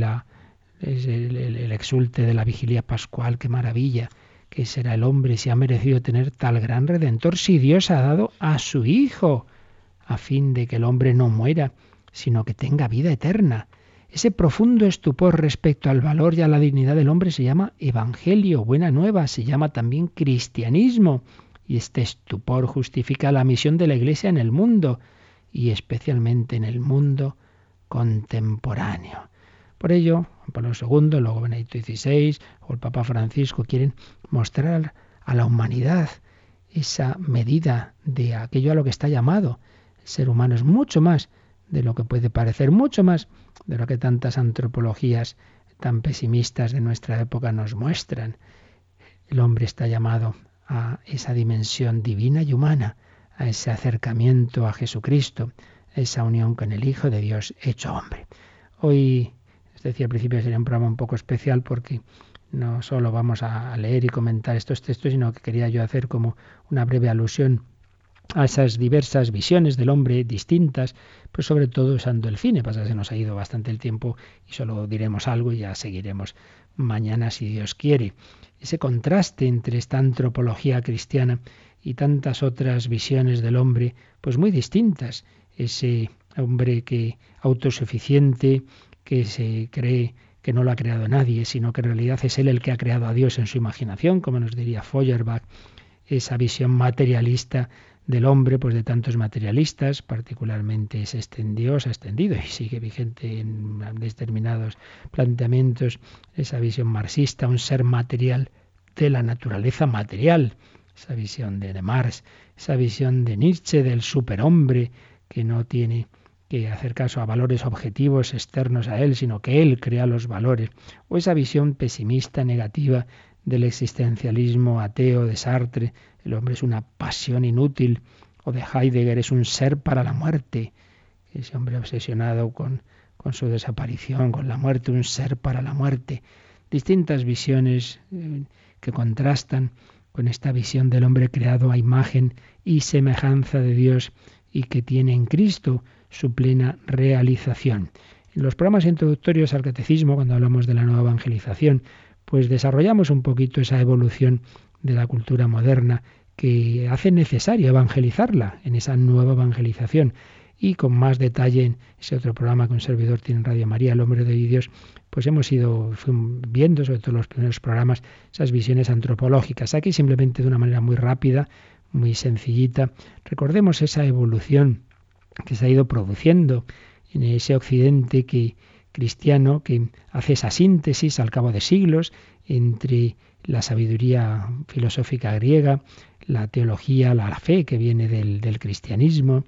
el exulte de la vigilia pascual, qué maravilla, que será el hombre si ha merecido tener tal gran Redentor, si Dios ha dado a su Hijo, a fin de que el hombre no muera, sino que tenga vida eterna. Ese profundo estupor respecto al valor y a la dignidad del hombre se llama Evangelio, buena nueva, se llama también cristianismo. Y este estupor justifica la misión de la Iglesia en el mundo, y especialmente en el mundo contemporáneo. Por ello, Juan Pablo II, luego Benedicto XVI o el Papa Francisco quieren mostrar a la humanidad esa medida de aquello a lo que está llamado. El ser humano es mucho más de lo que puede parecer, mucho más de lo que tantas antropologías tan pesimistas de nuestra época nos muestran. El hombre está llamado a esa dimensión divina y humana, a ese acercamiento a Jesucristo, a esa unión con el Hijo de Dios hecho hombre. Hoy, les decía al principio, sería un programa un poco especial porque no solo vamos a leer y comentar estos textos, sino que quería yo hacer como una breve alusión a esas diversas visiones del hombre distintas, pero sobre todo usando el cine. Pasa que se nos ha ido bastante el tiempo y solo diremos algo y ya seguiremos mañana si Dios quiere. Ese contraste entre esta antropología cristiana y tantas otras visiones del hombre, pues muy distintas. Ese hombre que autosuficiente, que se cree que no lo ha creado nadie, sino que en realidad es él el que ha creado a Dios en su imaginación, como nos diría Feuerbach. Esa visión materialista del hombre, pues de tantos materialistas, particularmente se ha extendido y sigue vigente en determinados planteamientos esa visión marxista, un ser material de la naturaleza material, esa visión de Marx, esa visión de Nietzsche del superhombre que no tiene que hacer caso a valores objetivos externos a él, sino que él crea los valores, o esa visión pesimista, negativa del existencialismo ateo de Sartre, el hombre es una pasión inútil, o de Heidegger es un ser para la muerte, ese hombre obsesionado con su desaparición, con la muerte, un ser para la muerte. Distintas visiones que contrastan con esta visión del hombre creado a imagen y semejanza de Dios y que tiene en Cristo su plena realización. En los programas introductorios al catecismo, cuando hablamos de la nueva evangelización, pues desarrollamos un poquito esa evolución de la cultura moderna que hace necesario evangelizarla en esa nueva evangelización. Y con más detalle en ese otro programa que un servidor tiene en Radio María, El Hombre de Dios, pues hemos ido viendo, sobre todo los primeros programas, esas visiones antropológicas. Aquí simplemente de una manera muy rápida, muy sencillita, recordemos esa evolución que se ha ido produciendo en ese occidente cristiano que hace esa síntesis al cabo de siglos entre la sabiduría filosófica griega, la teología, la fe que viene del cristianismo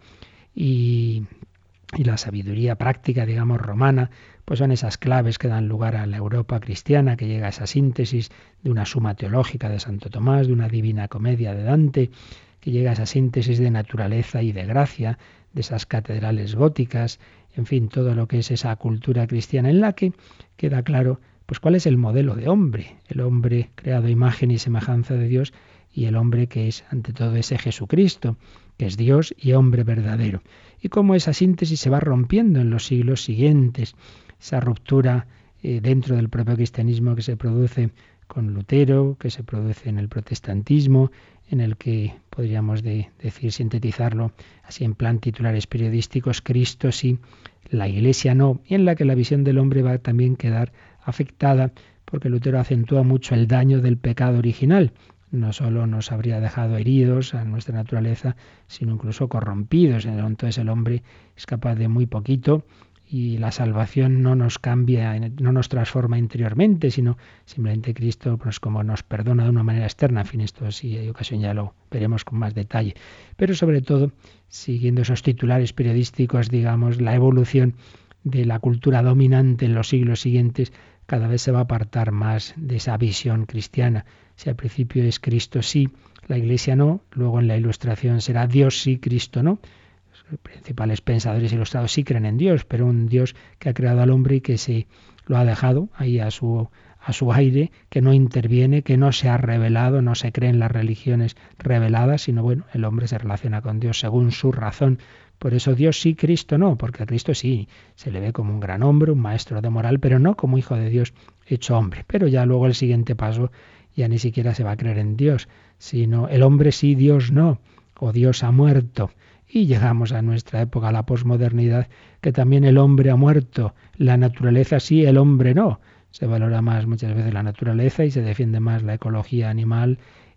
y la sabiduría práctica, digamos, romana, pues son esas claves que dan lugar a la Europa cristiana, que llega a esa síntesis de una suma teológica de Santo Tomás, de una Divina Comedia de Dante, que llega a esa síntesis de naturaleza y de gracia, de esas catedrales góticas, en fin, todo lo que es esa cultura cristiana en la que queda claro pues cuál es el modelo de hombre, el hombre creado a imagen y semejanza de Dios y el hombre que es ante todo ese Jesucristo, que es Dios y hombre verdadero. Y cómo esa síntesis se va rompiendo en los siglos siguientes, esa ruptura dentro del propio cristianismo que se produce con Lutero, que se produce en el protestantismo, en el que podríamos decir, sintetizarlo así en plan titulares periodísticos, Cristo sí, la Iglesia no, y en la que la visión del hombre va a también quedar afectada, porque Lutero acentúa mucho el daño del pecado original. No solo nos habría dejado heridos a nuestra naturaleza, sino incluso corrompidos. Entonces el hombre es capaz de muy poquito y la salvación no nos cambia, no nos transforma interiormente, sino simplemente Cristo, pues como nos perdona de una manera externa. En fin, esto sí hay ocasión, ya lo veremos con más detalle. Pero sobre todo, siguiendo esos titulares periodísticos, digamos, la evolución de la cultura dominante en los siglos siguientes cada vez se va a apartar más de esa visión cristiana. Si al principio es Cristo sí, la Iglesia no, luego en la Ilustración será Dios sí, Cristo no. Los principales pensadores ilustrados sí creen en Dios, pero un Dios que ha creado al hombre y que se lo ha dejado ahí a su aire, que no interviene, que no se ha revelado, no se cree en las religiones reveladas, sino bueno, el hombre se relaciona con Dios según su razón. Por eso Dios sí, Cristo no, porque a Cristo sí se le ve como un gran hombre, un maestro de moral, pero no como hijo de Dios hecho hombre. Pero ya luego el siguiente paso ya ni siquiera se va a creer en Dios, sino el hombre sí, Dios no, o Dios ha muerto. Y llegamos a nuestra época, a la posmodernidad, que también el hombre ha muerto, la naturaleza sí, el hombre no. Se valora más muchas veces la naturaleza y se defiende más la ecología animal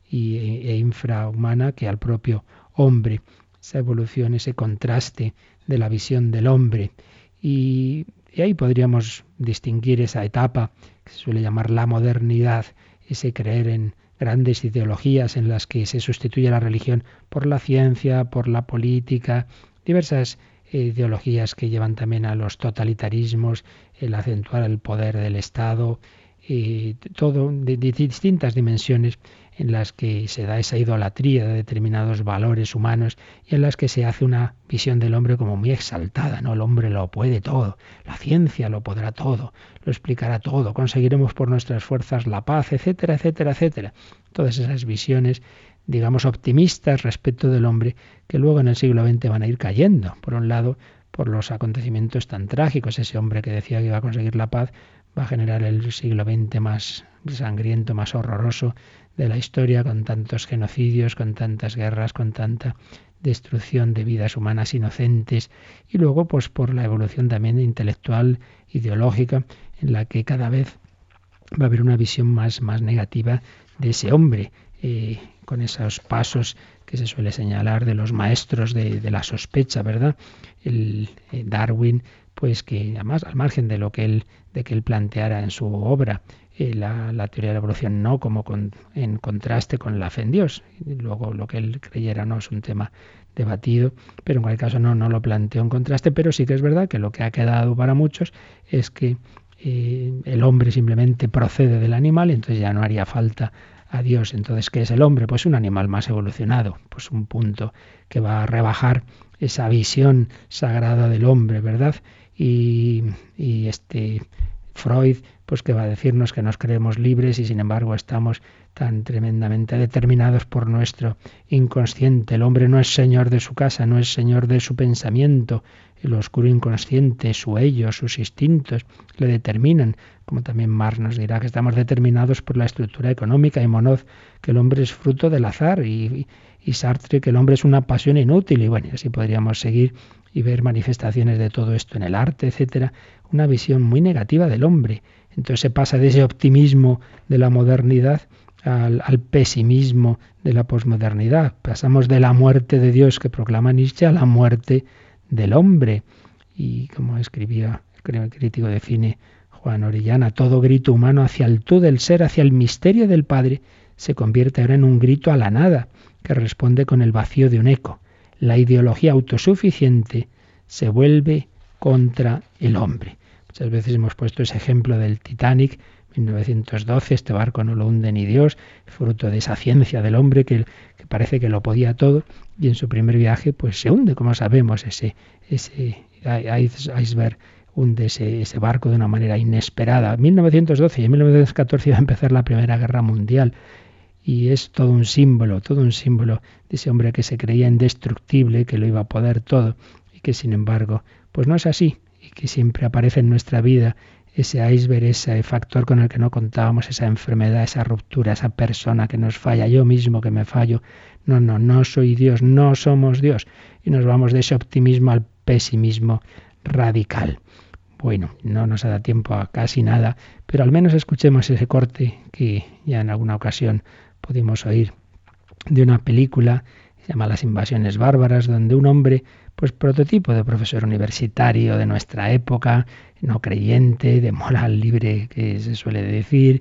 e infrahumana que al propio hombre. Esa evolución, ese contraste de la visión del hombre. Y ahí podríamos distinguir esa etapa que se suele llamar la modernidad, ese creer en grandes ideologías en las que se sustituye la religión por la ciencia, por la política, diversas ideologías que llevan también a los totalitarismos, el acentuar el poder del Estado, y todo de distintas dimensiones en las que se da esa idolatría de determinados valores humanos y en las que se hace una visión del hombre como muy exaltada, ¿no? El hombre lo puede todo, la ciencia lo podrá todo, lo explicará todo, conseguiremos por nuestras fuerzas la paz, etcétera, etcétera, etcétera. Todas esas visiones, digamos, optimistas respecto del hombre que luego en el siglo XX van a ir cayendo. Por un lado, por los acontecimientos tan trágicos, ese hombre que decía que iba a conseguir la paz va a generar el siglo XX más sangriento, más horroroso de la historia, con tantos genocidios, con tantas guerras, con tanta destrucción de vidas humanas inocentes, y luego pues por la evolución también intelectual, ideológica, en la que cada vez va a haber una visión más negativa de ese hombre, con esos pasos que se suele señalar de los maestros de la sospecha, ¿verdad? Darwin, pues que además al margen de que él planteara en su obra la teoría de la evolución, no como en contraste con la fe en Dios. Y luego lo que él creyera no es un tema debatido, pero en cualquier caso no lo planteó en contraste, pero sí que es verdad que lo que ha quedado para muchos es que el hombre simplemente procede del animal y entonces ya no haría falta a Dios. Entonces, ¿qué es el hombre? Pues un animal más evolucionado, pues un punto que va a rebajar esa visión sagrada del hombre, ¿verdad? Y Freud, pues que va a decirnos que nos creemos libres y sin embargo estamos tan tremendamente determinados por nuestro inconsciente. El hombre no es señor de su casa, no es señor de su pensamiento. El oscuro inconsciente, su ello, sus instintos le determinan. Como también Marx nos dirá que estamos determinados por la estructura económica, y Monod que el hombre es fruto del azar, y Sartre que el hombre es una pasión inútil. Y bueno, así podríamos seguir y ver manifestaciones de todo esto en el arte, etcétera. Una visión muy negativa del hombre. Entonces se pasa de ese optimismo de la modernidad al pesimismo de la posmodernidad. Pasamos de la muerte de Dios que proclama Nietzsche a la muerte del hombre. Y como escribía el crítico de cine Juan Orellana, todo grito humano hacia el tú del ser, hacia el misterio del Padre, se convierte ahora en un grito a la nada, que responde con el vacío de un eco. La ideología autosuficiente se vuelve contra el hombre. Muchas veces hemos puesto ese ejemplo del Titanic, 1912, este barco no lo hunde ni Dios, fruto de esa ciencia del hombre que parece que lo podía todo, y en su primer viaje pues se hunde, como sabemos, ese iceberg hunde ese barco de una manera inesperada. 1912 y en 1914 iba a empezar la Primera Guerra Mundial, y es todo un símbolo de ese hombre que se creía indestructible, que lo iba a poder todo, y que sin embargo pues no es así, y que siempre aparece en nuestra vida ese iceberg, ese factor con el que no contábamos, esa enfermedad, esa ruptura, esa persona que nos falla, yo mismo que me fallo. No soy Dios, no somos Dios. Y nos vamos de ese optimismo al pesimismo radical. Bueno, no nos da tiempo a casi nada, pero al menos escuchemos ese corte que ya en alguna ocasión pudimos oír de una película que se llama Las invasiones bárbaras, donde un hombre, pues prototipo de profesor universitario de nuestra época, no creyente, de moral libre que se suele decir,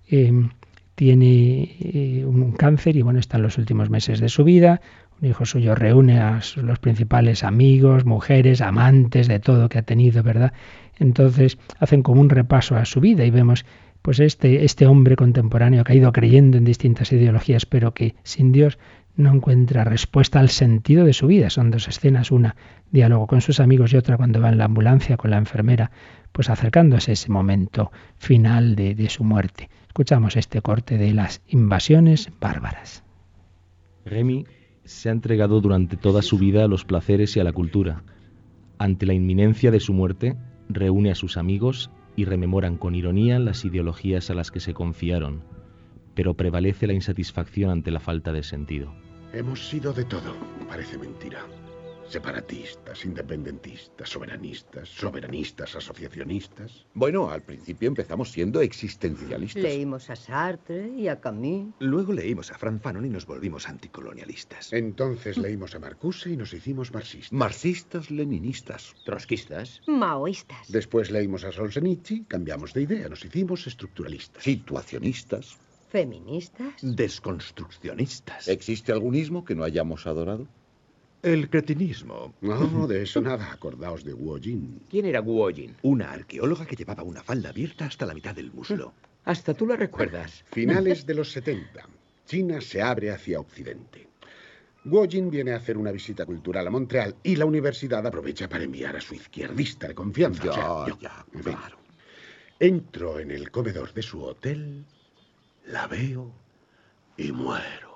tiene un cáncer y bueno, está en los últimos meses de su vida. Un hijo suyo reúne a los principales amigos, mujeres, amantes, de todo que ha tenido, ¿verdad? Entonces hacen como un repaso a su vida y vemos pues este hombre contemporáneo que ha ido creyendo en distintas ideologías, pero que sin Dios no encuentra respuesta al sentido de su vida. Son dos escenas, una diálogo con sus amigos y otra cuando va en la ambulancia con la enfermera, pues acercándose a ese momento final de su muerte. Escuchamos este corte de Las invasiones bárbaras. Remy se ha entregado durante toda su vida a los placeres y a la cultura. Ante la inminencia de su muerte, reúne a sus amigos y rememoran con ironía las ideologías a las que se confiaron, pero prevalece la insatisfacción ante la falta de sentido. Hemos sido de todo, parece mentira. Separatistas, independentistas, soberanistas, asociacionistas. Bueno, al principio empezamos siendo existencialistas. Leímos a Sartre y a Camus. Luego leímos a Franz Fanon y nos volvimos anticolonialistas. Entonces leímos a Marcuse y nos hicimos marxistas. Marxistas, leninistas, trotskistas, maoístas. Después leímos a Solzhenitsyn, cambiamos de idea, nos hicimos estructuralistas. situacionistas, Feministas. desconstruccionistas. ¿Existe algún ismo que no hayamos adorado? El cretinismo. No, de eso nada. Acordaos de Guo Jin. ¿Quién era Guo Jin? Una arqueóloga que llevaba una falda abierta hasta la mitad del muslo. Hasta tú la recuerdas. Finales de los 70. China se abre hacia Occidente. Guo Jin viene a hacer una visita cultural a Montreal y la universidad aprovecha para enviar a su izquierdista de confianza. Yo. Claro. Entro en el comedor de su hotel, la veo y muero.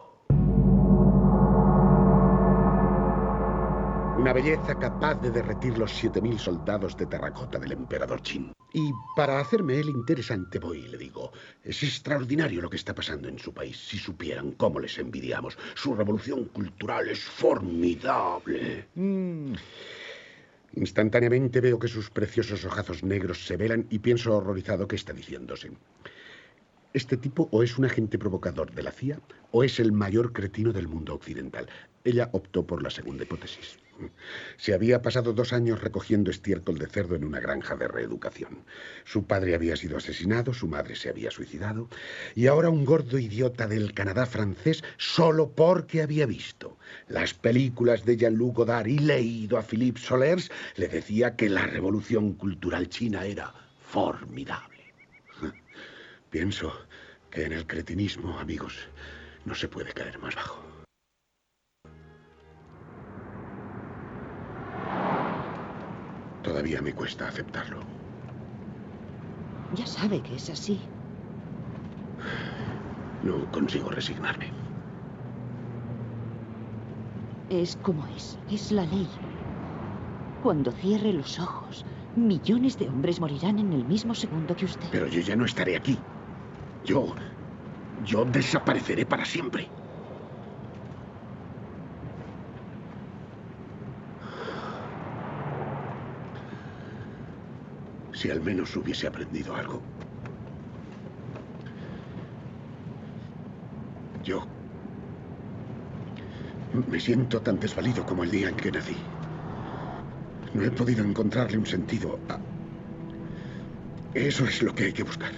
Una belleza capaz de derretir los 7.000 soldados de terracota del emperador Qin. Y para hacerme él interesante voy y le digo, es extraordinario lo que está pasando en su país. Si supieran cómo les envidiamos. Su revolución cultural es formidable. Instantáneamente veo que sus preciosos ojazos negros se velan y pienso horrorizado qué está diciéndose. Este tipo o es un agente provocador de la CIA o es el mayor cretino del mundo occidental. Ella optó por la segunda hipótesis. Se había pasado 2 años recogiendo estiércol de cerdo en una granja de reeducación. Su padre había sido asesinado, su madre se había suicidado, y ahora un gordo idiota del Canadá francés, solo porque había visto las películas de Jean-Luc Godard y leído a Philippe Solers, le decía que la revolución cultural china era formidable. Pienso que en el cretinismo, amigos, no se puede caer más bajo. Todavía me cuesta aceptarlo. Ya sabe que es así. No consigo resignarme. Es como es la ley. Cuando cierre los ojos, millones de hombres morirán en el mismo segundo que usted. Pero yo ya no estaré aquí. Yo desapareceré para siempre. Si al menos hubiese aprendido algo. Yo me siento tan desvalido como el día en que nací. No he podido encontrarle un sentido a... Eso es lo que hay que buscar.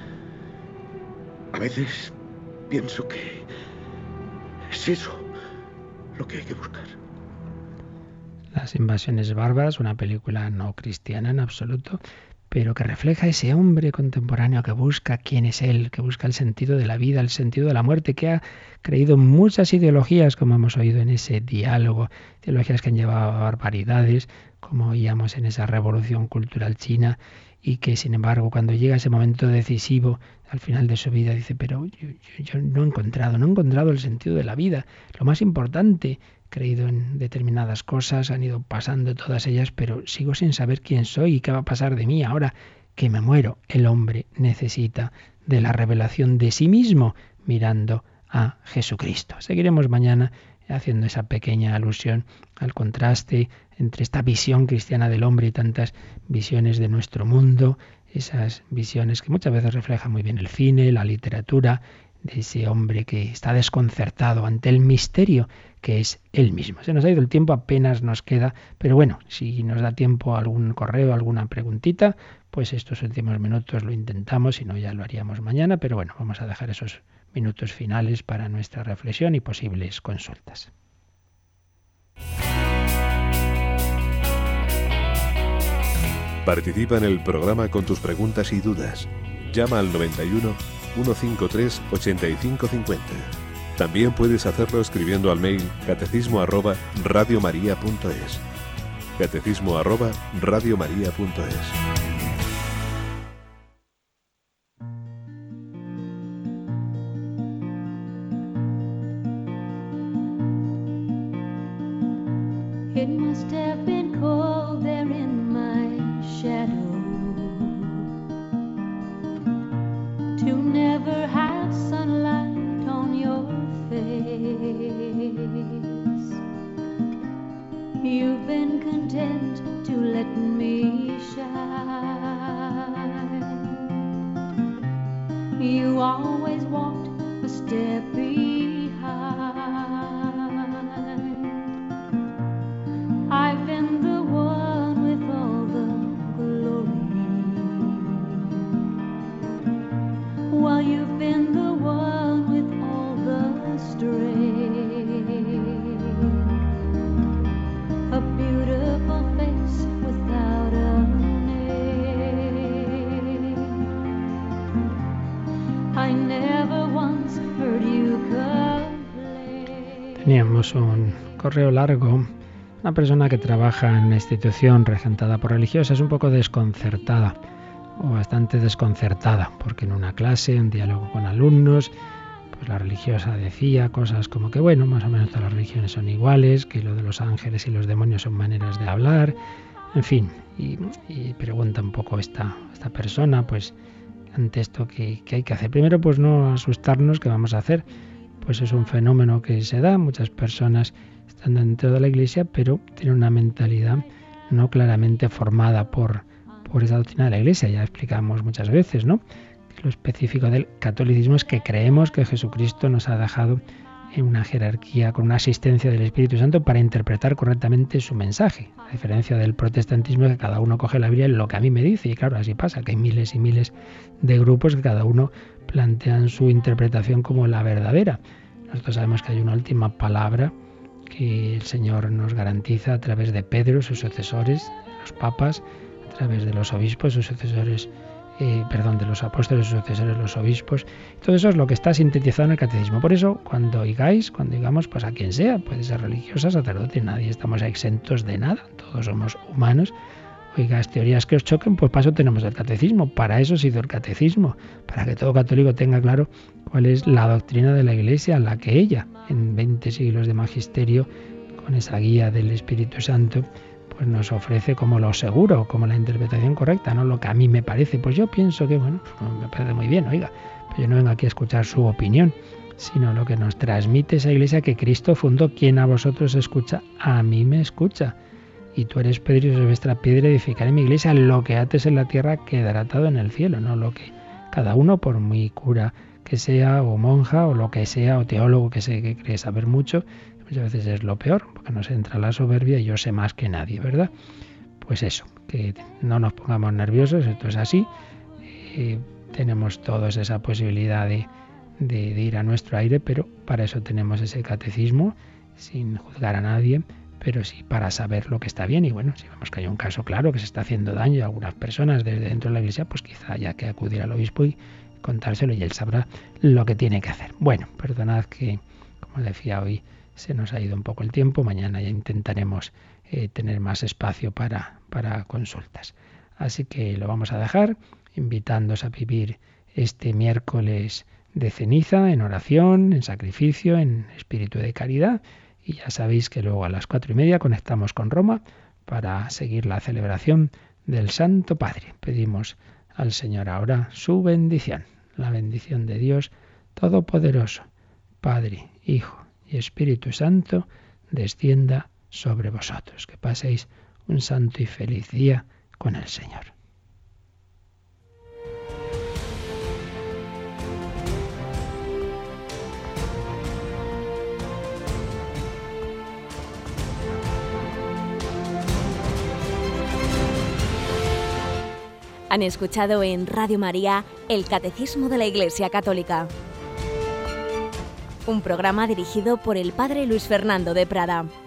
A veces pienso que es eso lo que hay que buscar. Las invasiones bárbaras, una película no cristiana en absoluto, pero que refleja ese hombre contemporáneo que busca quién es él, que busca el sentido de la vida, el sentido de la muerte, que ha creído en muchas ideologías, como hemos oído en ese diálogo, ideologías que han llevado a barbaridades, como oíamos en esa revolución cultural china, y que sin embargo cuando llega ese momento decisivo al final de su vida dice, pero yo no he encontrado el sentido de la vida, lo más importante. He creído en determinadas cosas, han ido pasando todas ellas, pero sigo sin saber quién soy y qué va a pasar de mí ahora que me muero. El hombre necesita de la revelación de sí mismo mirando a Jesucristo. Seguiremos mañana haciendo esa pequeña alusión al contraste entre esta visión cristiana del hombre y tantas visiones de nuestro mundo, esas visiones que muchas veces reflejan muy bien el cine, la literatura, de ese hombre que está desconcertado ante el misterio que es él mismo. Se nos ha ido el tiempo, apenas nos queda, pero bueno, si nos da tiempo algún correo, alguna preguntita, pues estos últimos minutos lo intentamos, si no ya lo haríamos mañana, pero bueno, vamos a dejar esos minutos finales para nuestra reflexión y posibles consultas. Participa en el programa con tus preguntas y dudas. Llama al 91 153 8550. También puedes hacerlo escribiendo al mail catecismo@radiomaria.es. catecismo@radiomaria.es. It must have been cold there in my shadow to never have sunlight on your face. You've been content to let me shine. You always walked a step behind. I've been the one with all the glory, while you've been the one with all the strength. A beautiful face without a name. I never once heard you complain. Teníamos un correo largo. Una persona que trabaja en una institución regentada por religiosas un poco desconcertada, o bastante desconcertada, porque en una clase, un diálogo con alumnos, pues la religiosa decía cosas como que, bueno, más o menos todas las religiones son iguales, que lo de los ángeles y los demonios son maneras de hablar, en fin, y pregunta un poco esta persona, pues, ante esto, ¿qué hay que hacer? Primero, pues no asustarnos, ¿qué vamos a hacer? Pues es un fenómeno que se da, muchas personas están dentro de la Iglesia, pero tienen una mentalidad no claramente formada por esa doctrina de la Iglesia. Ya explicamos muchas veces, ¿no? Que lo específico del catolicismo es que creemos que Jesucristo nos ha dejado en una jerarquía, con una asistencia del Espíritu Santo para interpretar correctamente su mensaje. A diferencia del protestantismo, que cada uno coge la Biblia en lo que a mí me dice, y claro, así pasa, que hay miles y miles de grupos que cada uno plantean su interpretación como la verdadera. Nosotros sabemos que hay una última palabra que el Señor nos garantiza a través de Pedro, sus sucesores, los papas, a través de los obispos, sus sucesores, de los apóstoles, sus sucesores, los obispos. Todo eso es lo que está sintetizado en el catecismo. Por eso, cuando digamos, pues a quien sea, puede ser religiosa, sacerdote, nadie estamos exentos de nada, todos somos humanos. Oigas, teorías que os choquen, pues para eso tenemos el catecismo, para eso se hizo el catecismo, para que todo católico tenga claro cuál es la doctrina de la Iglesia, la que ella, en 20 siglos de magisterio, con esa guía del Espíritu Santo, pues nos ofrece como lo seguro, como la interpretación correcta, no lo que a mí me parece. Pues yo pienso que, bueno, pues me parece muy bien, oiga, pero yo no vengo aquí a escuchar su opinión, sino lo que nos transmite esa Iglesia que Cristo fundó. Quien a vosotros escucha, a mí me escucha. Y tú eres Pedro y sois vuestra piedra, edificaré mi Iglesia. Lo que ates en la tierra quedará atado en el cielo, no lo que cada uno, por muy cura que sea, o monja, o lo que sea, o teólogo que cree saber mucho, muchas veces es lo peor, porque nos entra la soberbia y yo sé más que nadie, ¿verdad? Pues eso, que no nos pongamos nerviosos, esto es así. Tenemos todos esa posibilidad de ir a nuestro aire, pero para eso tenemos ese catecismo, sin juzgar a nadie, pero sí para saber lo que está bien. Y bueno, si vemos que hay un caso claro que se está haciendo daño a algunas personas desde dentro de la Iglesia, pues quizá haya que acudir al obispo y contárselo y él sabrá lo que tiene que hacer. Bueno, perdonad que, como decía, hoy se nos ha ido un poco el tiempo. Mañana ya intentaremos tener más espacio para consultas. Así que lo vamos a dejar, invitándoos a vivir este miércoles de ceniza en oración, en sacrificio, en espíritu de caridad. Y ya sabéis que luego a las 4:30 conectamos con Roma para seguir la celebración del Santo Padre. Pedimos al Señor ahora su bendición, la bendición de Dios Todopoderoso, Padre, Hijo y Espíritu Santo, descienda sobre vosotros. Que paséis un santo y feliz día con el Señor. Han escuchado en Radio María el Catecismo de la Iglesia Católica, un programa dirigido por el Padre Luis Fernando de Prada.